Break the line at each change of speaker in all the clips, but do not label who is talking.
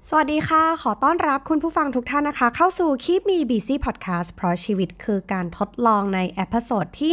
สวัสดีค่ะขอต้อนรับคุณผู้ฟังทุกท่านนะคะเข้าสู่ Keep Me Busy Podcast เพราะชีวิตคือการทดลองในเอพิโซดที่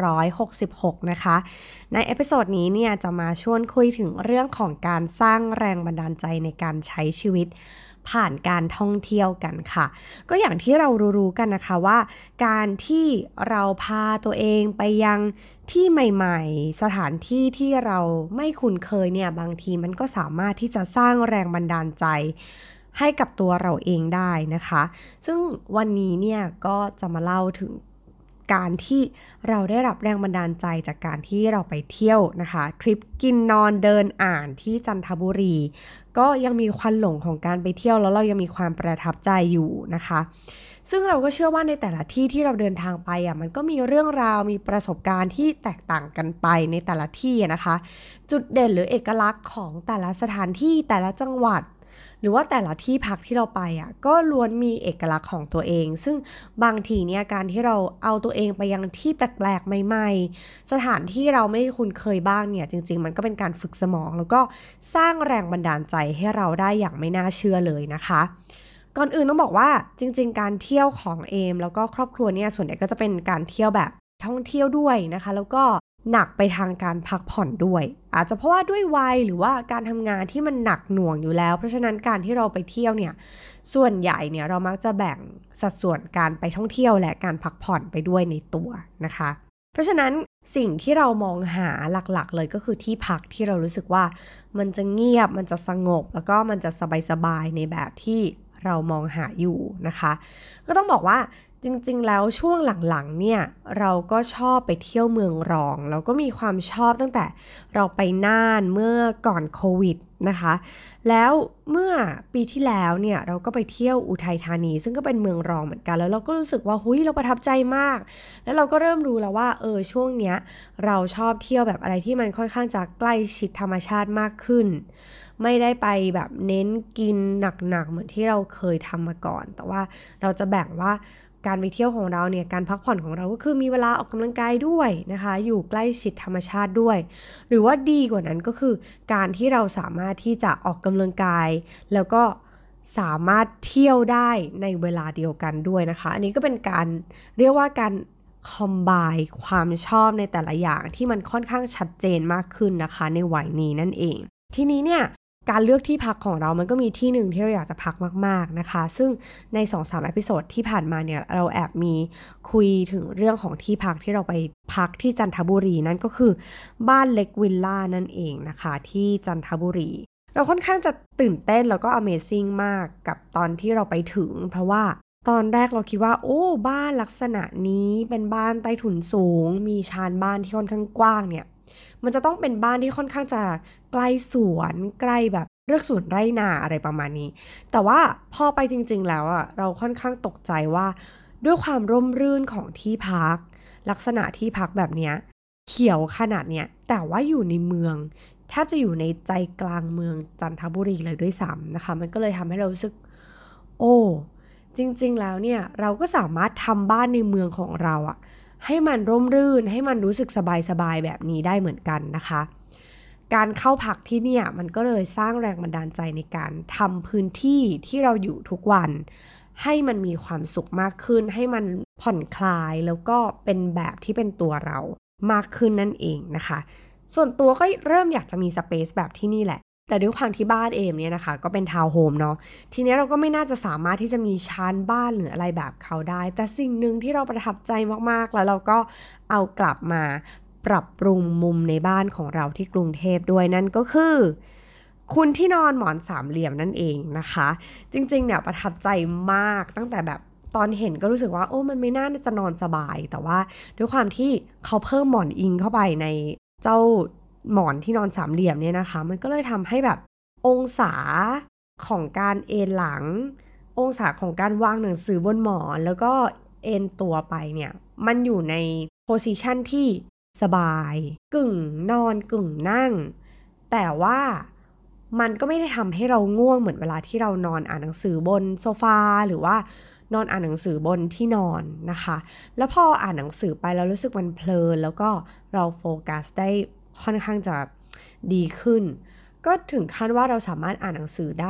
166นะคะในเอพิโซดนี้เนี่ยจะมาชวนคุยถึงเรื่องของการสร้างแรงบันดาลใจในการใช้ชีวิตผ่านการท่องเที่ยวกันค่ะก็อย่างที่เรารู้ๆกันนะคะว่าการที่เราพาตัวเองไปยังที่ใหม่ๆสถานที่ที่เราไม่คุ้นเคยเนี่ยบางทีมันก็สามารถที่จะสร้างแรงบันดาลใจให้กับตัวเราเองได้นะคะซึ่งวันนี้เนี่ยก็จะมาเล่าถึงการที่เราได้รับแรงบันดาลใจจากการที่เราไปเที่ยวนะคะทริปกินนอนเดินอ่านที่จันทบุรีก็ยังมีควันหลงของการไปเที่ยวแล้วเรายังมีความประทับใจอยู่นะคะซึ่งเราก็เชื่อว่าในแต่ละที่ที่เราเดินทางไปมันก็มีเรื่องราวมีประสบการณ์ที่แตกต่างกันไปในแต่ละที่นะคะจุดเด่นหรือเอกลักษณ์ของแต่ละสถานที่แต่ละจังหวัดหรือว่าแต่ละที่พักที่เราไปก็ล้วนมีเอกลักษณ์ของตัวเองซึ่งบางทีเนี่ยการที่เราเอาตัวเองไปยังที่แปลกๆใหม่ๆสถานที่เราไม่คุ้นเคยบ้างเนี่ยจริงๆมันก็เป็นการฝึกสมองแล้วก็สร้างแรงบันดาลใจให้เราได้อย่างไม่น่าเชื่อเลยนะคะก่อนอื่นต้องบอกว่าจริงๆการเที่ยวของเอมแล้วก็ครอบครัวเนี่ยส่วนใหญ่ก็จะเป็นการเที่ยวแบบท่องเที่ยวด้วยนะคะแล้วก็หนักไปทางการพักผ่อนด้วยอาจจะเพราะว่าด้วยวัยหรือว่าการทำงานที่มันหนักหน่วงอยู่แล้วเพราะฉะนั้นการที่เราไปเที่ยวเนี่ยส่วนใหญ่เนี่ยเรามักจะแบ่งสัดส่วนการไปท่องเที่ยวและการพักผ่อนไปด้วยในตัวนะคะเพราะฉะนั้นสิ่งที่เรามองหาหลักๆเลยก็คือที่พักที่เรารู้สึกว่ามันจะเงียบมันจะสงบแล้วก็มันจะสบายๆในแบบที่เรามองหาอยู่นะคะก็ต้องบอกว่าจริงๆแล้วช่วงหลังๆเนี่ยเราก็ชอบไปเที่ยวเมืองรองแล้วก็มีความชอบตั้งแต่เราไปน่านเมื่อก่อนโควิดนะคะแล้วเมื่อปีที่แล้วเนี่ยเราก็ไปเที่ยวอุทัยธานีซึ่งก็เป็นเมืองรองเหมือนกันแล้วเราก็รู้สึกว่าหุ้ยเราประทับใจมากแล้วเราก็เริ่มรู้แล้วว่าช่วงเนี้ยเราชอบเที่ยวแบบอะไรที่มันค่อนข้างจะใกล้ชิดธรรมชาติมากขึ้นไม่ได้ไปแบบเน้นกินหนักๆเหมือนที่เราเคยทำมาก่อนแต่ว่าเราจะแบ่งว่าการไปเที่ยวของเราเนี่ยการพักผ่อนของเราก็คือมีเวลาออกกำลังกายด้วยนะคะอยู่ใกล้ชิดธรรมชาติด้วยหรือว่าดีกว่านั้นก็คือการที่เราสามารถที่จะออกกำลังกายแล้วก็สามารถเที่ยวได้ในเวลาเดียวกันด้วยนะคะอันนี้ก็เป็นการเรียกว่าการคอมไบน์ความชอบในแต่ละอย่างที่มันค่อนข้างชัดเจนมากขึ้นนะคะในวัยนี้นั่นเองทีนี้เนี่ยการเลือกที่พักของเรามันก็มีที่หนึ่งที่เราอยากจะพักมากๆนะคะซึ่งใน 2-3 เอพิโซดที่ผ่านมาเนี่ยเราแอบมีคุยถึงเรื่องของที่พักที่เราไปพักที่จันทบุรีนั่นก็คือบ้านเล็กวิลล่านั่นเองนะคะที่จันทบุรีเราค่อนข้างจะตื่นเต้นแล้วก็ Amazing มากกับตอนที่เราไปถึงเพราะว่าตอนแรกเราคิดว่าโอ้บ้านลักษณะนี้เป็นบ้านใต้ถุนสูงมีชานบ้านที่ค่อนข้างกว้างเนี่ยมันจะต้องเป็นบ้านที่ค่อนข้างจะใกล้สวนใกล้แบบเรือกสวนไร่นาอะไรประมาณนี้แต่ว่าพอไปจริงๆแล้วเราค่อนข้างตกใจว่าด้วยความร่มรื่นของที่พักลักษณะที่พักแบบเนี้ยเขียวขนาดเนี้ยแต่ว่าอยู่ในเมืองแทบจะอยู่ในใจกลางเมืองจันทบุรีเลยด้วยซ้ำนะคะมันก็เลยทำให้เรารู้สึกโอ้จริงๆแล้วเนี่ยเราก็สามารถทำบ้านในเมืองของเราให้มันร่มรื่นให้มันรู้สึกสบายๆแบบนี้ได้เหมือนกันนะคะการเข้าพักที่เนี่ยมันก็เลยสร้างแรงบันดาลใจในการทำพื้นที่ที่เราอยู่ทุกวันให้มันมีความสุขมากขึ้นให้มันผ่อนคลายแล้วก็เป็นแบบที่เป็นตัวเรามากขึ้นนั่นเองนะคะส่วนตัวก็เริ่มอยากจะมีสเปซแบบที่นี่แหละแต่ด้วยความที่บ้านเอมเนี่ยนะคะก็เป็นทาวน์โฮมเนาะทีนี้เราก็ไม่น่าจะสามารถที่จะมีชานบ้านหรืออะไรแบบเขาได้แต่สิ่งหนึ่งที่เราประทับใจมากๆแล้วเราก็เอากลับมาปรับปรุงมุมในบ้านของเราที่กรุงเทพด้วยนั่นก็คือคุณที่นอนหมอนสามเหลี่ยมนั่นเองนะคะจริงๆเนี่ยประทับใจมากตั้งแต่แบบตอนเห็นก็รู้สึกว่าโอ้มันไม่น่าจะนอนสบายแต่ว่าด้วยความที่เขาเพิ่มหมอนอิงเข้าไปในเจ้าหมอนที่นอนสามเหลี่ยมเนี่ยนะคะมันก็เลยทำให้แบบองศาของการเอนหลังองศาของการวางหนังสือบนหมอนแล้วก็เอนตัวไปเนี่ยมันอยู่ในโพสิชันที่สบายกึ่งนอนกึ่งนั่งแต่ว่ามันก็ไม่ได้ทำให้เราง่วงเหมือนเวลาที่เรานอนอ่านหนังสือบนโซฟาหรือว่านอนอ่านหนังสือบนที่นอนนะคะแล้วพออ่านหนังสือไปแล้วรู้สึกมันเพลินแล้วก็เราโฟกัสได้ค่อนข้างจะดีขึ้นก็ถึงขั้นว่าเราสามารถอ่านหนังสือได้แบบ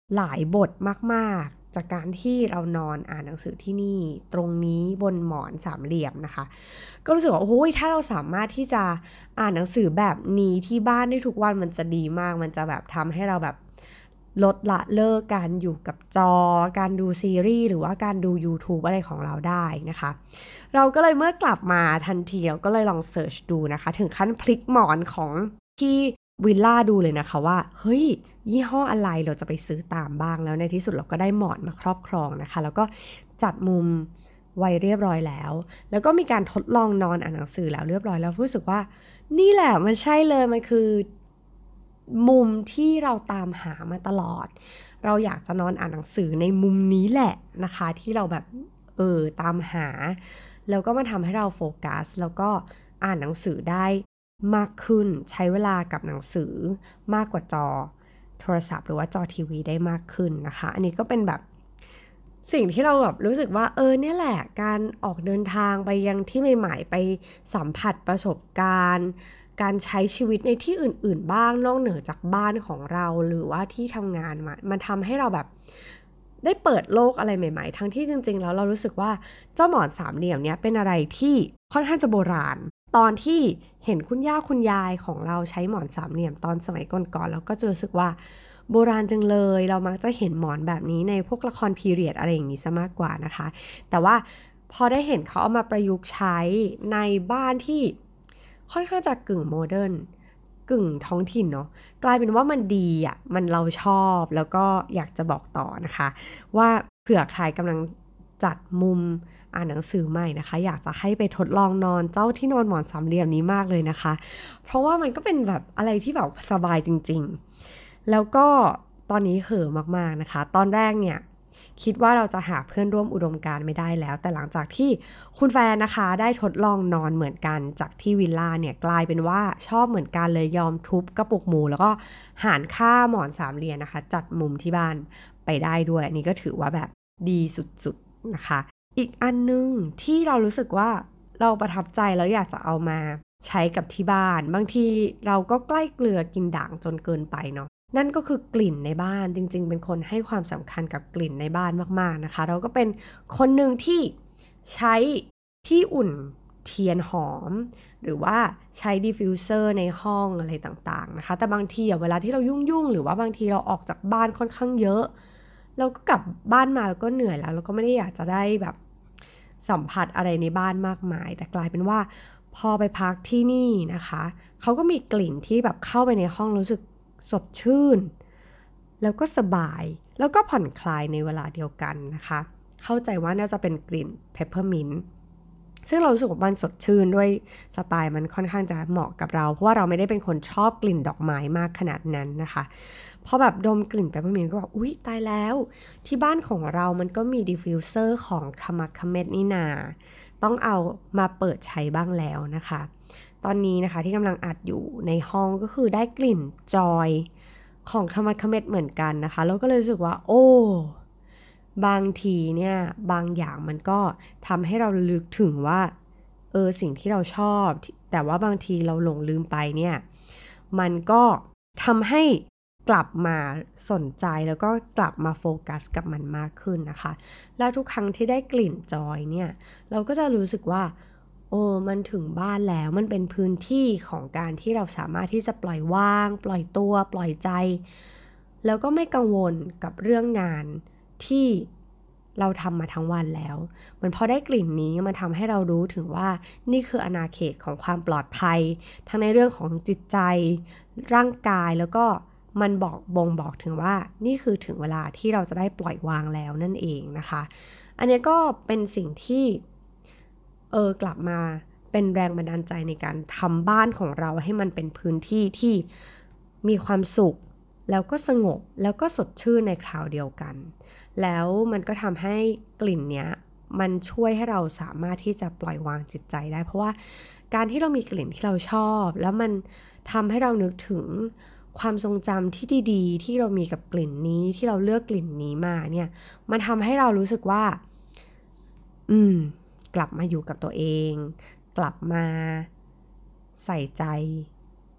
หลายบทมากๆจากการที่เรานอนอ่านหนังสือที่นี่ตรงนี้บนหมอนสามเหลี่ยมนะคะก็รู้สึกว่าโอ้ยถ้าเราสามารถที่จะอ่านหนังสือแบบนี้ที่บ้านได้ทุกวันมันจะดีมากมันจะแบบทำให้เราแบบลดละเลิกการอยู่กับจอการดูซีรีส์หรือว่าการดู YouTube อะไรของเราได้นะคะเราก็เลยเมื่อกลับมาทันทีเราก็เลยลองเสิร์ชดูนะคะถึงขั้นพลิกหมอนของที่วิลล่าดูเลยนะคะว่าเฮ้ยยี่ห้ออะไรเราจะไปซื้อตามบ้างแล้วในที่สุดเราก็ได้หมอนมาครอบครองนะคะแล้วก็จัดมุมไว้เรียบร้อยแล้วก็มีการทดลองนอนอ่านหนังสือแล้วเรียบร้อยแล้วรู้สึกว่านี่แหละมันใช่เลยมันคือมุมที่เราตามหามาตลอดเราอยากจะนอนอ่านหนังสือในมุมนี้แหละนะคะที่เราแบบตามหาแล้วก็มาทำให้เราโฟกัสแล้วก็อ่านหนังสือได้มากขึ้นใช้เวลากับหนังสือมากกว่าจอโทรศัพท์หรือว่าจอทีวีได้มากขึ้นนะคะอันนี้ก็เป็นแบบสิ่งที่เราแบบรู้สึกว่าเนี่ยแหละการออกเดินทางไปยังที่ใหม่ๆไปสัมผัสประสบการณ์การใช้ชีวิตในที่อื่นๆบ้างนอกเหนือจากบ้านของเราหรือว่าที่ทำงานมันทำให้เราแบบได้เปิดโลกอะไรใหม่ๆทั้งที่จริงๆแล้วเรารู้สึกว่าเจ้าหมอนสามเหลี่ยมเนี้ยเป็นอะไรที่ค่อนข้างจะโบราณตอนที่เห็นคุณย่าคุณยายของเราใช้หมอนสามเหลี่ยมตอนสมัยก่อนๆแล้วก็จะรู้สึกว่าโบราณจังเลยเรามักจะเห็นหมอนแบบนี้ในพวกละครพีเรียดอะไรอย่างนี้ซะมากกว่านะคะแต่ว่าพอได้เห็นเขาเอามาประยุกต์ใช้ในบ้านที่ค่อนข้างจะกึ่งโมเดิร์นกึ่งท้องถิ่นเนาะกลายเป็นว่ามันดีอ่ะมันเราชอบแล้วก็อยากจะบอกต่อนะคะว่าเผื่อใครกำลังจัดมุมอ่านหนังสือใหม่นะคะอยากจะให้ไปทดลองนอนเจ้าที่นอนหมอนสามเหลี่ยมนี้มากเลยนะคะเพราะว่ามันก็เป็นแบบอะไรที่แบบสบายจริงๆแล้วก็ตอนนี้เห่อะมากๆนะคะตอนแรกเนี่ยคิดว่าเราจะหาเพื่อนร่วมอุดมการณ์ไม่ได้แล้วแต่หลังจากที่คุณแฟนนะคะได้ทดลองนอนเหมือนกันจากที่วิลล่าเนี่ยกลายเป็นว่าชอบเหมือนกันเลยยอมทุบกระปุกหมูแล้วก็หารค่าหมอนสามเหลี่ยมนะคะจัดมุมที่บ้านไปได้ด้วยอันนี้ก็ถือว่าแบบดีสุดๆนะคะอีกอันนึงที่เรารู้สึกว่าเราประทับใจแล้วอยากจะเอามาใช้กับที่บ้านบางทีเราก็ใกล้เกลือกินด่างจนเกินไปเนาะนั่นก็คือกลิ่นในบ้านจริงๆเป็นคนให้ความสำคัญกับกลิ่นในบ้านมากๆนะคะเราก็เป็นคนหนึ่งที่ใช้ที่อุ่นเทียนหอมหรือว่าใช้ดิฟฟิวเซอร์ในห้องอะไรต่างๆนะคะแต่บางทีเวลาที่เรายุ่งๆหรือว่าบางทีเราออกจากบ้านค่อนข้างเยอะเราก็กลับบ้านมาแล้วก็เหนื่อยแล้วเราก็ไม่ได้อยากจะได้แบบสัมผัสอะไรในบ้านมากมายแต่กลายเป็นว่าพอไปพักที่นี่นะคะเขาก็มีกลิ่นที่แบบเข้าไปในห้องรู้สึกสดชื่นแล้วก็สบายแล้วก็ผ่อนคลายในเวลาเดียวกันนะคะเข้าใจว่าน่าจะเป็นกลิ่นเพปเปอร์มินต์ซึ่งเรารู้สึกว่ามันสดชื่นด้วยสไตล์มันค่อนข้างจะเหมาะกับเราเพราะว่าเราไม่ได้เป็นคนชอบกลิ่นดอกไม้มากขนาดนั้นนะคะพอแบบดมกลิ่นเปปเปอร์มินต์ก็แบบอุ๊ยตายแล้วที่บ้านของเรามันก็มีดิฟฟิวเซอร์ของคามักคาเมดนี่นาต้องเอามาเปิดใช้บ้างแล้วนะคะตอนนี้นะคะที่กำลังอัดอยู่ในห้องก็คือได้กลิ่นจอยของคามักคาเมดเหมือนกันนะคะแล้วก็เลยรู้สึกว่าโอ้บางทีเนี่ยบางอย่างมันก็ทำให้เราลึกถึงว่าสิ่งที่เราชอบแต่ว่าบางทีเราหลงลืมไปเนี่ยมันก็ทำให้กลับมาสนใจแล้วก็กลับมาโฟกัสกับมันมากขึ้นนะคะแล้วทุกครั้งที่ได้กลิ่นจอยเนี่ยเราก็จะรู้สึกว่ามันถึงบ้านแล้วมันเป็นพื้นที่ของการที่เราสามารถที่จะปล่อยว่างปล่อยตัวปล่อยใจแล้วก็ไม่กังวลกับเรื่องงานที่เราทำมาทั้งวันแล้วเหมือนพอได้กลิ่นนี้มันทำให้เรารู้ถึงว่านี่คืออาณาเขตของความปลอดภัยทั้งในเรื่องของจิตใจร่างกายแล้วก็มันบ่งบอกถึงว่านี่คือถึงเวลาที่เราจะได้ปล่อยวางแล้วนั่นเองนะคะอันนี้ก็เป็นสิ่งที่กลับมาเป็นแรงบันดาลใจในการทำบ้านของเราให้มันเป็นพื้นที่ที่มีความสุขแล้วก็สงบแล้วก็สดชื่นในคราวเดียวกันแล้วมันก็ทำให้กลิ่นเนี้ยมันช่วยให้เราสามารถที่จะปล่อยวางจิตใจได้เพราะว่าการที่เรามีกลิ่นที่เราชอบแล้วมันทำให้เรานึกถึงความทรงจำที่ดีๆที่เรามีกับกลิ่นนี้ที่เราเลือกกลิ่นนี้มาเนี่ยมันทำให้เรารู้สึกว่ากลับมาอยู่กับตัวเองกลับมาใส่ใจ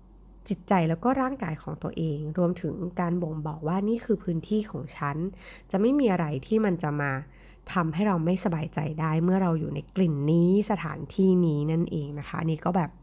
จิตใจแล้วก็ร่างกายของตัวเองรวมถึงการบ่งบอกว่านี่คือพื้นที่ของฉันจะไม่มีอะไรที่มันจะมาทำให้เราไม่สบายใจได้เมื่อเราอยู่ในกลิ่นนี้สถานที่นี้นั่นเองนะคะนี่ก็แบบ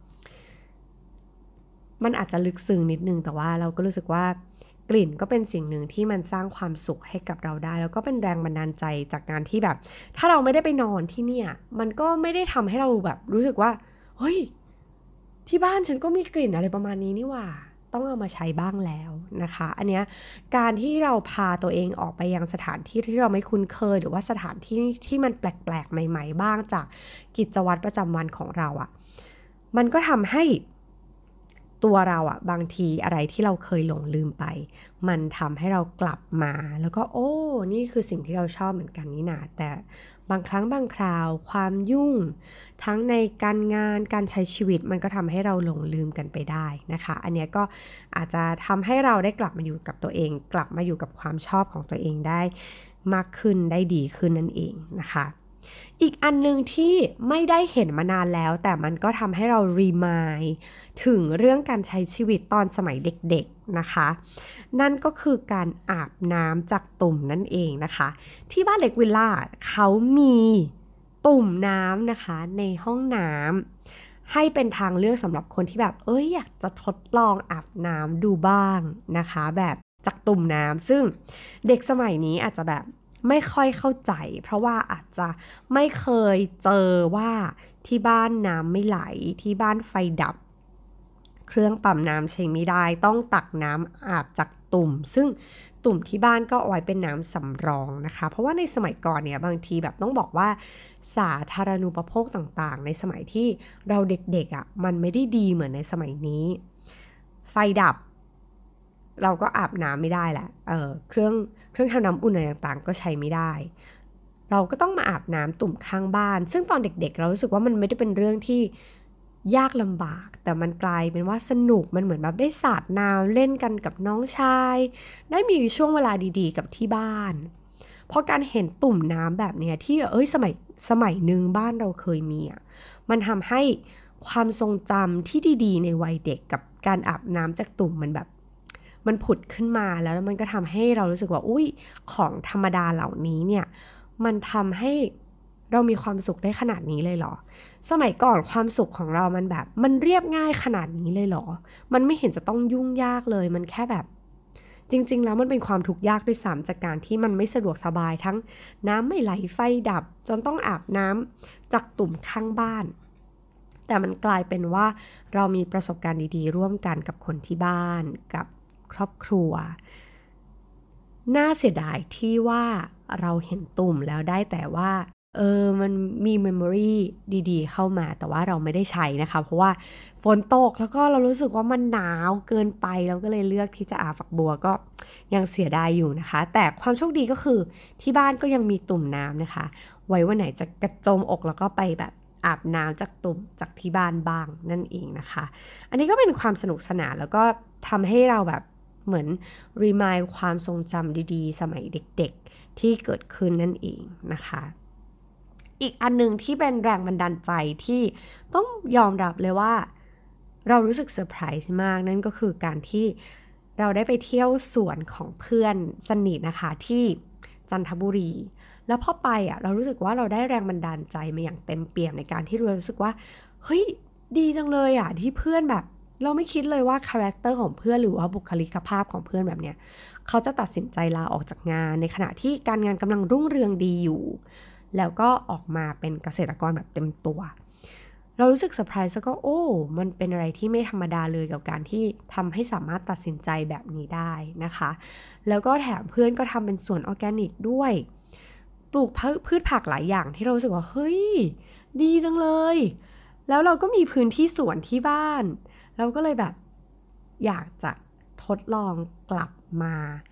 มันอาจจะลึกซึ้งนิดนึงแต่ว่าเราก็รู้สึกว่ากลิ่นก็เป็นสิ่งหนึ่งที่มันสร้างความสุขให้กับเราได้แล้วก็เป็นแรงบันดาลใจจากการที่แบบถ้าเราไม่ได้ไปนอนที่เนี่ยมันก็ไม่ได้ทำให้เราแบบรู้สึกว่าเฮ้ยที่บ้านฉันก็มีกลิ่นอะไรประมาณนี้นี่หว่าต้องเอามาใช้บ้างแล้วนะคะอันเนี้ยการที่เราพาตัวเองออกไปยังสถานที่ที่เราไม่คุ้นเคยหรือว่าสถานที่ที่มันแปลกๆใหม่ๆบ้างจากกิจวัตรประจำวันของเราอะมันก็ทำให้ตัวเราอะบางทีอะไรที่เราเคยหลงลืมไปมันทำให้เรากลับมาแล้วก็โอ้นี่คือสิ่งที่เราชอบเหมือนกันนี่นาแต่บางครั้งบางคราวความยุ่งทั้งในการงานการใช้ชีวิตมันก็ทำให้เราหลงลืมกันไปได้นะคะอันเนี้ยก็อาจจะทำให้เราได้กลับมาอยู่กับตัวเองกลับมาอยู่กับความชอบของตัวเองได้มากขึ้นได้ดีขึ้นนั่นเองนะคะอีกอันนึงที่ไม่ได้เห็นมานานแล้วแต่มันก็ทำให้เรารีมายด์ถึงเรื่องการใช้ชีวิตตอนสมัยเด็กๆนะคะนั่นก็คือการอาบน้ำจากตุ่มนั่นเองนะคะที่บ้านเล็กวิลล่าเขามีตุ่มน้ำนะคะในห้องน้ำให้เป็นทางเลือกสำหรับคนที่แบบอยากจะทดลองอาบน้ำดูบ้างนะคะแบบจากตุ่มน้ำซึ่งเด็กสมัยนี้อาจจะแบบไม่ค่อยเข้าใจเพราะว่าอาจจะไม่เคยเจอว่าที่บ้านน้ำไม่ไหลที่บ้านไฟดับเครื่องปั๊มน้ำใช้ไม่ได้ต้องตักน้ำอาบจากตุ่มซึ่งตุ่มที่บ้านก็เอาไว้เป็นน้ำสำรองนะคะเพราะว่าในสมัยก่อนเนี่ยบางทีแบบต้องบอกว่าสาธารณูปโภคต่างๆในสมัยที่เราเด็กๆมันไม่ได้ดีเหมือนในสมัยนี้ไฟดับเราก็อาบน้ำไม่ได้แหละเครื่องทำน้ำอุ่นอะไรต่างๆก็ใช้ไม่ได้เราก็ต้องมาอาบน้ำตุ่มข้างบ้านซึ่งตอนเด็กๆเรารู้สึกว่ามันไม่ได้เป็นเรื่องที่ยากลำบากแต่มันกลายเป็นว่าสนุกมันเหมือนแบบได้สาดน้ำเล่นกันกับน้องชายได้มีช่วงเวลาดีๆกับที่บ้านพอการเห็นตุ่มน้ำแบบเนี้ยที่สมัยหนึ่งบ้านเราเคยมีมันทำให้ความทรงจำที่ดีๆในวัยเด็กกับการอาบน้ำจากตุ่มมันผุดขึ้นมาแล้วมันก็ทำให้เรารู้สึกว่าของธรรมดาเหล่านี้เนี่ยมันทำให้เรามีความสุขได้ขนาดนี้เลยเหรอสมัยก่อนความสุขของเรามันแบบมันเรียบง่ายขนาดนี้เลยเหรอมันไม่เห็นจะต้องยุ่งยากเลยมันแค่แบบจริงๆแล้วมันเป็นความทุกข์ยากด้วยซ้ำจากการที่มันไม่สะดวกสบายทั้งน้ำไม่ไหลไฟดับจนต้องอาบน้ำจากตุ่มข้างบ้านแต่มันกลายเป็นว่าเรามีประสบการณ์ดีๆร่วมกันกับคนที่บ้านกับครอบครัวน่าเสียดายที่ว่าเราเห็นตุ่มแล้วได้แต่ว่ามันมีเมมโมรีดีๆเข้ามาแต่ว่าเราไม่ได้ใช้นะคะเพราะว่าฝนตกแล้วก็เรารู้สึกว่ามันหนาวเกินไปเราก็เลยเลือกที่จะอาบฝักบัวก็ยังเสียดายอยู่นะคะแต่ความโชคดีก็คือที่บ้านก็ยังมีตุ่มน้ำนะคะไว้วันไหนจะกระโจมอกแล้วก็ไปแบบอาบน้ำจากตุ่มจากที่บ้านบ้างนั่นเองนะคะอันนี้ก็เป็นความสนุกสนานแล้วก็ทำให้เราแบบเหมือนรีมายด์ความทรงจำดีๆสมัยเด็กๆที่เกิดขึ้นนั่นเองนะคะอีกอันนึงที่เป็นแรงบันดาลใจที่ต้องยอมรับเลยว่าเรารู้สึกเซอร์ไพรส์มากนั่นก็คือการที่เราได้ไปเที่ยวสวนของเพื่อนสนิทนะคะที่จันทบุรีแล้วพอไปเรารู้สึกว่าเราได้แรงบันดาลใจมาอย่างเต็มเปี่ยมในการที่เรารู้สึกว่าเฮ้ยดีจังเลยที่เพื่อนแบบเราไม่คิดเลยว่าคาแรคเตอร์ของเพื่อนหรือว่าบุคลิกภาพของเพื่อนแบบเนี้ยเขาจะตัดสินใจลาออกจากงานในขณะที่การงานกำลังรุ่งเรืองดีอยู่แล้วก็ออกมาเป็นเกษตรกรแบบเต็มตัวเรารู้สึกเซอร์ไพรส์แล้วก็มันเป็นอะไรที่ไม่ธรรมดาเลยกับการที่ทำให้สามารถตัดสินใจแบบนี้ได้นะคะแล้วก็แถมเพื่อนก็ทำเป็นสวนออร์แกนิกด้วยปลูกพืชผักหลายอย่างที่เรารู้สึกว่าเฮ้ยดีจังเลยแล้วเราก็มีพื้นที่สวนที่บ้านเราก็เลยแบบอยากจะทดลองกลับมา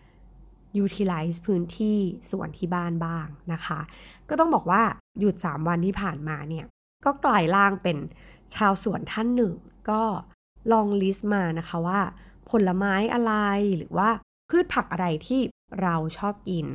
utilize พื้นที่สวนที่บ้านบ้างนะคะก็ต้องบอกว่าหยุด3วันที่ผ่านมาเนี่ยก็กลายร่างเป็นชาวสวนท่านหนึ่งก็ลองลิสต์มานะคะว่าผลไม้อะไรหรือว่าพืชผักอะไรที่เราชอบกิน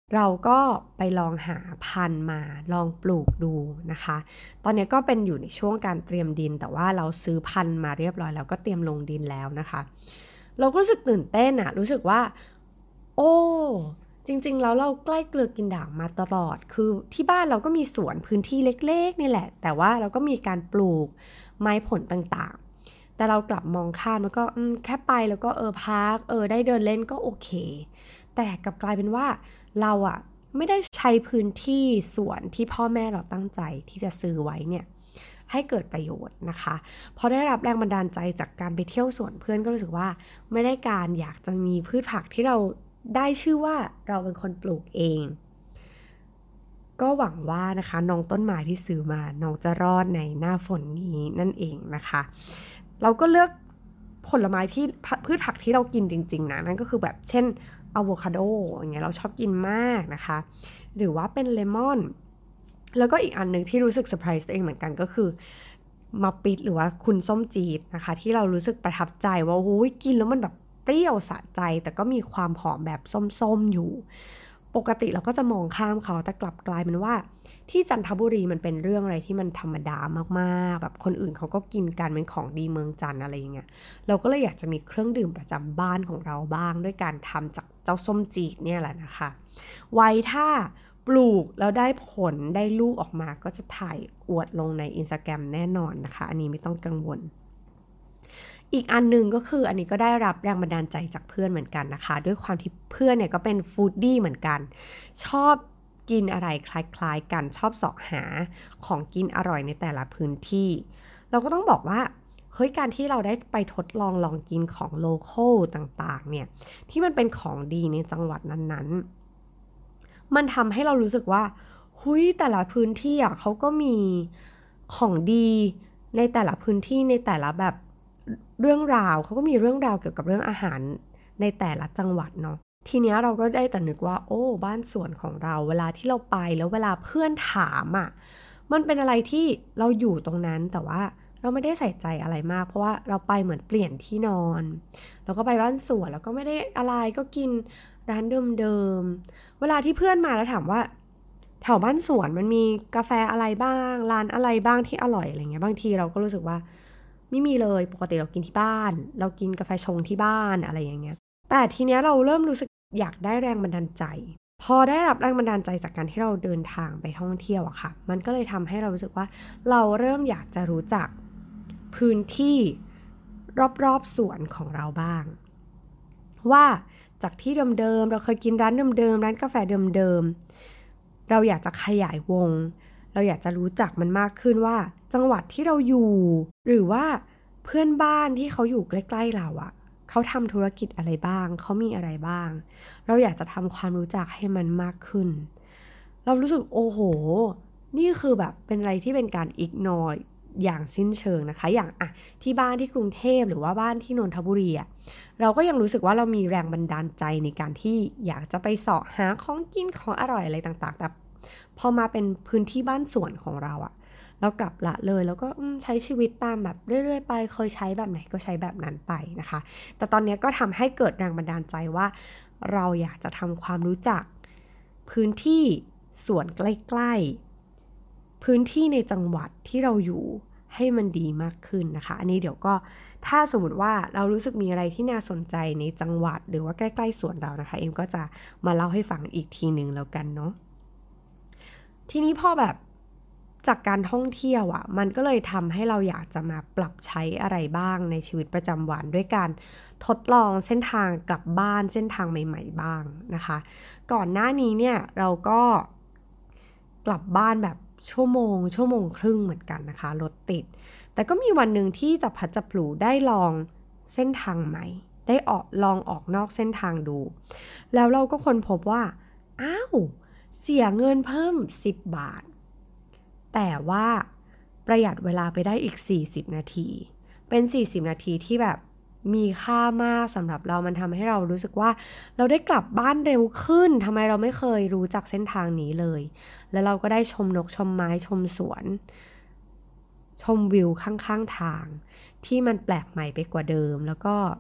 เราก็ไปลองหาพันธุ์มาลองปลูกดูนะคะตอนนี้ก็เป็นอยู่ในช่วงการเตรียมดินแต่ว่าเราซื้อพันธุ์มาเรียบร้อยแล้วก็เตรียมลงดินแล้วนะคะเราก็รู้สึกตื่นเต้นอะรู้สึกว่าโอ้จริงๆแล้วเราใกล้เกลือกินด่างมาตลอดคือที่บ้านเราก็มีสวนพื้นที่เล็กๆนี่แหละแต่ว่าเราก็มีการปลูกไม้ผลต่างๆแต่เรากลับมองข้ามแล้วก็แค่ไปแล้วก็พักได้เดินเล่นก็โอเคแต่กลับกลายเป็นว่าเราอะไม่ได้ใช้พื้นที่สวนที่พ่อแม่เราตั้งใจที่จะซื้อไว้เนี่ยให้เกิดประโยชน์นะคะพอได้รับแรงบันดาลใจจากการไปเที่ยวสวนเพื่อนก็รู้สึกว่าไม่ได้การอยากจะมีพืชผักที่เราได้ชื่อว่าเราเป็นคนปลูกเองก็หวังว่านะคะน้องต้นไม้ที่ซื้อมาน้องจะรอดในหน้าฝนนี้นั่นเองนะคะเราก็เลือกผลไม้ที่พืชผักที่เรากินจริงๆนะนั่นก็คือแบบเช่นอะโวคาโดอย่างเงี้ยเราชอบกินมากนะคะหรือว่าเป็นเลมอนแล้วก็อีกอันนึงที่รู้สึกเซอร์ไพรส์ตัวเองเหมือนกันก็คือมะปิดหรือว่าคุณส้มจีดนะคะที่เรารู้สึกประทับใจว่าโอ้ยกินแล้วมันแบบเปรี้ยวสะใจแต่ก็มีความหอมแบบส้มๆอยู่ปกติเราก็จะมองข้ามเขาแต่กลับกลายเป็นว่าที่จันทบุรีมันเป็นเรื่องอะไรที่มันธรรมดามากๆแบบคนอื่นเขาก็กินกันเป็นของดีเมืองจันทร์อะไรอย่างเงี้ยเราก็เลยอยากจะมีเครื่องดื่มประจำบ้านของเราบ้างด้วยการทำจากเจ้าส้มจีดเนี่ยแหละนะคะไว้ถ้าปลูกแล้วได้ผลได้ลูกออกมาก็จะถ่ายอวดลงใน Instagram แน่นอนนะคะอันนี้ไม่ต้องกังวลอีกอันนึงก็คืออันนี้ก็ได้รับแรงบันดาลใจจากเพื่อนเหมือนกันนะคะด้วยความที่เพื่อนเนี่ยก็เป็นฟู้ดดี้เหมือนกันชอบกินอะไรคล้ายๆกันชอบเสาะหาของกินอร่อยในแต่ละพื้นที่เราก็ต้องบอกว่าเฮ้ยการที่เราได้ไปทดลองกินของโลคอลต่างๆเนี่ยที่มันเป็นของดีในจังหวัดนั้นๆมันทำให้เรารู้สึกว่าหุยแต่ละพื้นที่อ่ะเขาก็มีของดีในแต่ละพื้นที่ในแต่ละแบบเรื่องราวเขาก็มีเรื่องราวเกี่ยวกับเรื่องอาหารในแต่ละจังหวัดเนาะทีเนี้ยเราก็ได้แต่นึกว่าโอ้บ้านสวนของเราเวลาที่เราไปแล้วเวลาเพื่อนถามอ่ะมันเป็นอะไรที่เราอยู่ตรงนั้นแต่ว่าเราไม่ได้ใส่ใจอะไรมากเพราะว่าเราไปเหมือนเปลี่ยนที่นอนแล้วก็ไปบ้านสวนแล้วก็ไม่ได้อะไรก็กินร้านเดิมๆเวลาที่เพื่อนมาแล้วถามว่าแถวบ้านสวนมันมีกาแฟอะไรบ้างร้านอะไรบ้างที่อร่อยอะไรเงี้ยบางทีเราก็รู้สึกว่าไม่มีเลยปกติเรากินที่บ้านเรากินกาแฟชงที่บ้านอะไรอย่างเงี้ยแต่ทีเนี้ยเราเริ่มรู้สึกอยากได้แรงบันดาลใจพอได้รับแรงบันดาลใจจากการที่เราเดินทางไปท่องเที่ยวอะค่ะมันก็เลยทำให้เรารู้สึกว่าเราเริ่มอยากจะรู้จักพื้นที่รอบๆสวนของเราบ้างว่าจากที่เดิมๆเราเคยกินร้านเดิมๆร้านกาแฟเดิมๆเราอยากจะขยายวงเราอยากจะรู้จักมันมากขึ้นว่าจังหวัดที่เราอยู่หรือว่าเพื่อนบ้านที่เขาอยู่ใกล้ๆเราอะเขาทำธุรกิจอะไรบ้างเขามีอะไรบ้างเราอยากจะทำความรู้จักให้มันมากขึ้นเรารู้สึกโอ้โหนี่คือแบบเป็นอะไรที่เป็นการอิกนอร์อย่างสิ้นเชิงนะคะอย่างอะที่บ้านที่กรุงเทพหรือว่าบ้านที่นนทบุรีอะ เราก็ยังรู้สึกว่าเรามีแรงบันดาลใจในการที่อยากจะไปเสาะหาของกินของอร่อยอะไรต่างๆแต่พอมาเป็นพื้นที่บ้านสวนของเราอะเรากลับละเลยแล้วก็ใช้ชีวิตตามแบบเรื่อยๆไปเคยใช้แบบไหนก็ใช้แบบนั้นไปนะคะแต่ตอนนี้ก็ทำให้เกิดแรงบันดาลใจว่าเราอยากจะทำความรู้จักพื้นที่สวนใกล้ๆพื้นที่ในจังหวัดที่เราอยู่ให้มันดีมากขึ้นนะคะอันนี้เดี๋ยวก็ ถ้าสมมติว่าเรารู้สึกมีอะไรที่น่าสนใจในจังหวัดหรือว่าใกล้ๆสวนเรานะคะเอ็มก็จะมาเล่าให้ฟังอีกทีหนึ่งแล้วกันเนาะทีนี้พอแบบจากการท่องเที่ยวอ่ะมันก็เลยทำให้เราอยากจะมาปรับใช้อะไรบ้างในชีวิตประจำวันด้วยการทดลองเส้นทางกลับบ้านเส้นทางใหม่ๆบ้างนะคะก่อนหน้านี้เนี่ยเราก็กลับบ้านแบบชั่วโมงครึ่งเหมือนกันนะคะรถติด แต่ก็มีวันหนึ่งที่จับพลัดจับผลูได้ลองเส้นทางใหม่ได้ลองออกนอกเส้นทางดูแล้วเราก็ค้นพบว่าอ้าวเสียเงินเพิ่ม10 บาทแต่ว่าประหยัดเวลาไปได้อีก40นาทีเป็น40นาทีที่แบบมีค่ามากสำหรับเรามันทำให้เรารู้สึกว่าเราได้กลับบ้านเร็วขึ้นทำไมเราไม่เคยรู้จักเส้นทางนี้เลยแล้วเราก็ได้ชมนกชมไม้ชมสวน ชมวิวข้างๆทางที่มันแปลกใหม่ไปกว่าเดิมแล้วก็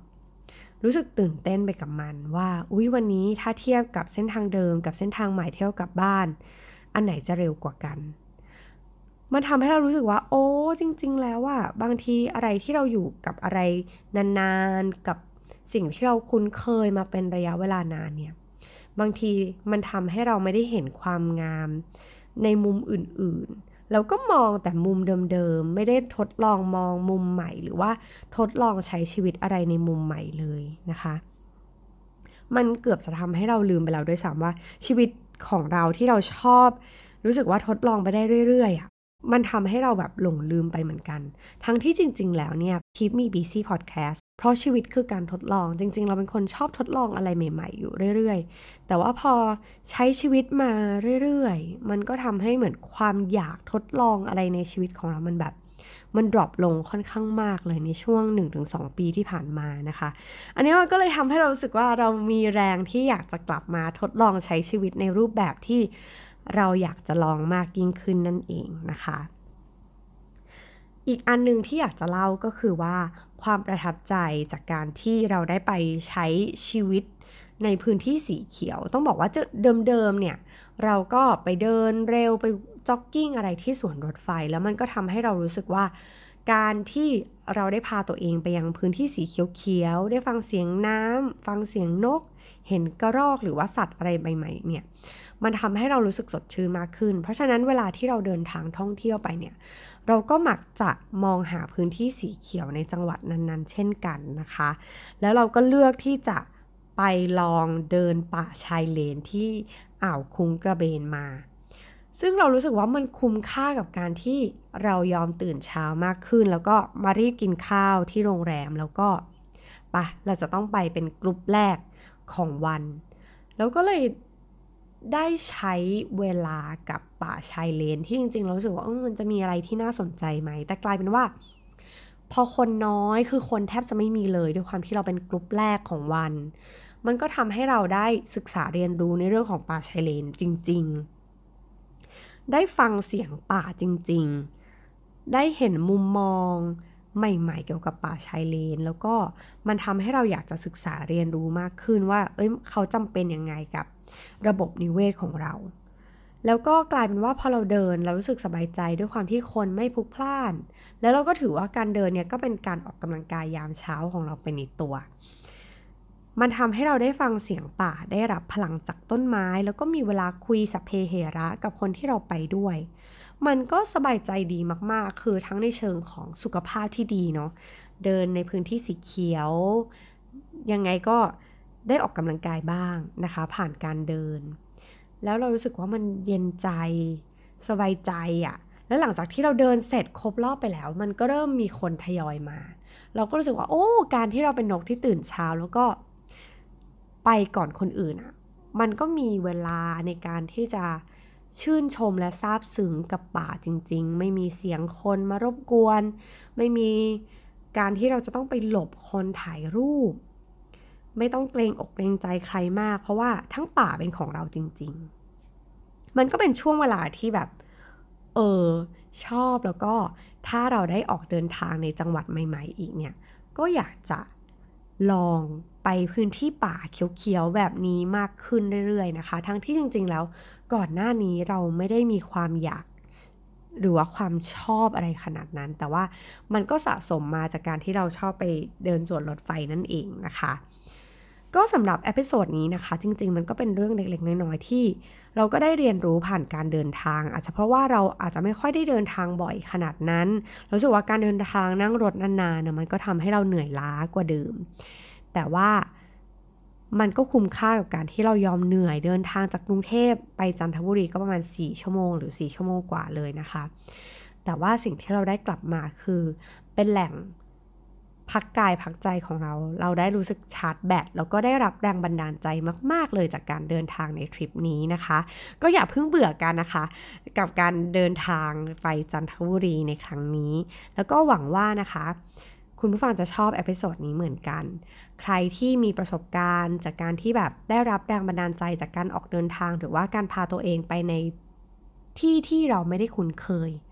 รู้สึกตื่นเต้นไปกับมันว่าอุ๊ยวันนี้ถ้าเทียบกับเส้นทางเดิมกับเส้นทางใหม่ที่เรากลับบ้านอันไหนจะเร็วกว่ากันมันทำให้เรารู้สึกว่าโอ้จริงๆแล้วว่าบางทีอะไรที่เราอยู่กับอะไรนานๆกับสิ่งที่เราคุ้นเคยมาเป็นระยะเวลานานเนี่ยบางทีมันทำให้เราไม่ได้เห็นความงามในมุมอื่นๆแล้วก็มองแต่มุมเดิมๆไม่ได้ทดลองมองมุมใหม่หรือว่าทดลองใช้ชีวิตอะไรในมุมใหม่เลยนะคะมันเกือบจะทำให้เราลืมไปแล้วด้วยซ้ำว่าชีวิตของเราที่เราชอบรู้สึกว่าทดลองไปได้เรื่อยๆอ่ะมันทำให้เราแบบหลงลืมไปเหมือนกันทั้งที่จริงๆแล้วเนี่ย Keep Me Busy Podcast เพราะชีวิตคือการทดลองจริงๆเราเป็นคนชอบทดลองอะไรใหม่ๆอยู่เรื่อยๆแต่ว่าพอใช้ชีวิตมาเรื่อยๆมันก็ทำให้เหมือนความอยากทดลองอะไรในชีวิตของเรามันแบบมันดรอปลงค่อนข้างมากเลยในช่วง 1-2 ปีที่ผ่านมานะคะอันนี้มันก็เลยทำให้เรารู้สึกว่าเรามีแรงที่อยากจะกลับมาทดลองใช้ชีวิตในรูปแบบที่เราอยากจะลองมากยิ่งขึ้นนั่นเองนะคะอีกอันนึงที่อยากจะเล่าก็คือว่าความประทับใจจากการที่เราได้ไปใช้ชีวิตในพื้นที่สีเขียวต้องบอกว่าเดิมๆเนี่ยเราก็ไปเดินเร็วไปจ็อกกิ้งอะไรที่สวนรถไฟแล้วมันก็ทำให้เรารู้สึกว่าการที่เราได้พาตัวเองไปยังพื้นที่สีเขียวๆได้ฟังเสียงน้ำฟังเสียงนกเห็นกระรอกหรือว่าสัตว์อะไรใหม่ๆเนี่ยมันทำให้เรารู้สึกสดชื่นมากขึ้นเพราะฉะนั้นเวลาที่เราเดินทางท่องเที่ยวไปเนี่ยเราก็มักจะมองหาพื้นที่สีเขียวในจังหวัดนั้นๆเช่นกันนะคะแล้วเราก็เลือกที่จะไปลองเดินป่าชายเลนที่อ่าวคุ้งกระเบนมาซึ่งเรารู้สึกว่ามันคุ้มค่ากับการที่เรายอมตื่นเช้ามากขึ้นแล้วก็มารีบกินข้าวที่โรงแรมแล้วก็เราจะต้องไปเป็นกลุ่มแรกของวันแล้วก็เลยได้ใช้เวลากับป่าชายเลนที่จริงๆเรารู้สึกว่ามันจะมีอะไรที่น่าสนใจไหมแต่กลายเป็นว่าพอคนน้อยคือคนแทบจะไม่มีเลยด้วยความที่เราเป็นกลุ่มแรกของวันมันก็ทำให้เราได้ศึกษาเรียนรู้ในเรื่องของป่าชายเลนจริงๆได้ฟังเสียงป่าจริงๆได้เห็นมุมมองใหม่ๆเกี่ยวกับป่าชายเลนแล้วก็มันทำให้เราอยากจะศึกษาเรียนรู้มากขึ้นว่าเขาจำเป็นยังไงกับระบบนิเวศของเราแล้วก็กลายเป็นว่าพอเราเดินเรารู้สึกสบายใจด้วยความที่คนไม่พลุกพล่านแล้วเราก็ถือว่าการเดินเนี่ยก็เป็นการออกกำลังกายยามเช้าของเราเป็นในตัวมันทำให้เราได้ฟังเสียงป่าได้รับพลังจากต้นไม้แล้วก็มีเวลาคุยสัพเพเหระกับคนที่เราไปด้วยมันก็สบายใจดีมากๆคือทั้งในเชิงของสุขภาพที่ดีเนาะเดินในพื้นที่สีเขียวยังไงก็ได้ออกกำลังกายบ้างนะคะผ่านการเดินแล้วเรารู้สึกว่ามันเย็นใจสบายใจอ่ะแล้วหลังจากที่เราเดินเสร็จครบรอบไปแล้วมันก็เริ่มมีคนทยอยมาเราก็รู้สึกว่าการที่เราเป็นนกที่ตื่นเช้าแล้วก็ไปก่อนคนอื่นอ่ะมันก็มีเวลาในการที่จะชื่นชมและซาบซึ้งกับป่าจริงๆไม่มีเสียงคนมารบกวนไม่มีการที่เราจะต้องไปหลบคนถ่ายรูปไม่ต้องเกรงอกเกรงใจใครมากเพราะว่าทั้งป่าเป็นของเราจริงๆมันก็เป็นช่วงเวลาที่แบบชอบแล้วก็ถ้าเราได้ออกเดินทางในจังหวัดใหม่ๆอีกเนี่ยก็อยากจะลองไปพื้นที่ป่าเขียวๆแบบนี้มากขึ้นเรื่อยๆนะคะทั้งที่จริงๆแล้วก่อนหน้านี้เราไม่ได้มีความอยากหรือว่าความชอบอะไรขนาดนั้นแต่ว่ามันก็สะสมมาจากการที่เราชอบไปเดินสวนรถไฟนั่นเองนะคะก็สำหรับเอพิโซดนี้นะคะจริงๆมันก็เป็นเรื่องเล็กๆน้อยๆที่เราก็ได้เรียนรู้ผ่านการเดินทางอาจจะเพราะว่าเราอาจจะไม่ค่อยได้เดินทางบ่อยขนาดนั้นรู้สึกว่าการเดินทางนั่งรถนานๆนะมันก็ทำให้เราเหนื่อยล้ากว่าเดิมแต่ว่ามันก็คุ้มค่ากับการที่เรายอมเหนื่อยเดินทางจากกรุงเทพไปจันทบุรีก็ประมาณ4ชั่วโมงหรือ4ชั่วโมงกว่าเลยนะคะแต่ว่าสิ่งที่เราได้กลับมาคือเป็นแหล่งพักกายพักใจของเราได้รู้สึกชาร์จแบตแล้วก็ได้รับแรงบันดาลใจมากๆเลยจากการเดินทางในทริปนี้นะคะก็อย่าเพิ่งเบื่อกันนะคะกับการเดินทางไปจันทบุรีในครั้งนี้แล้วก็หวังว่านะคะคุณผู้ฟังจะชอบเอพิโซดนี้เหมือนกันใครที่มีประสบการณ์จากการที่แบบได้รับแรงบันดาลใจจากการออกเดินทางหรือว่าการพาตัวเองไปในที่ที่เราไม่ได้คุ้นเคย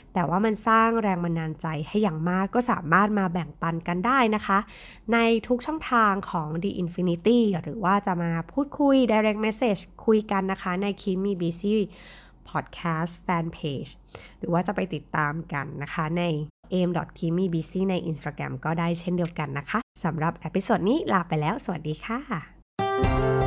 แต่ว่ามันสร้างแรงบันดาลใจให้อย่างมากก็สามารถมาแบ่งปันกันได้นะคะในทุกช่องทางของ The Infinity หรือว่าจะมาพูดคุย direct message คุยกันนะคะใน Keep Me Busy Podcast Fan Page หรือว่าจะไปติดตามกันนะคะใน aim.keepmebusy ใน Instagram ก็ได้เช่นเดียวกันนะคะสำหรับเอพิโซดนี้ลาไปแล้วสวัสดีค่ะ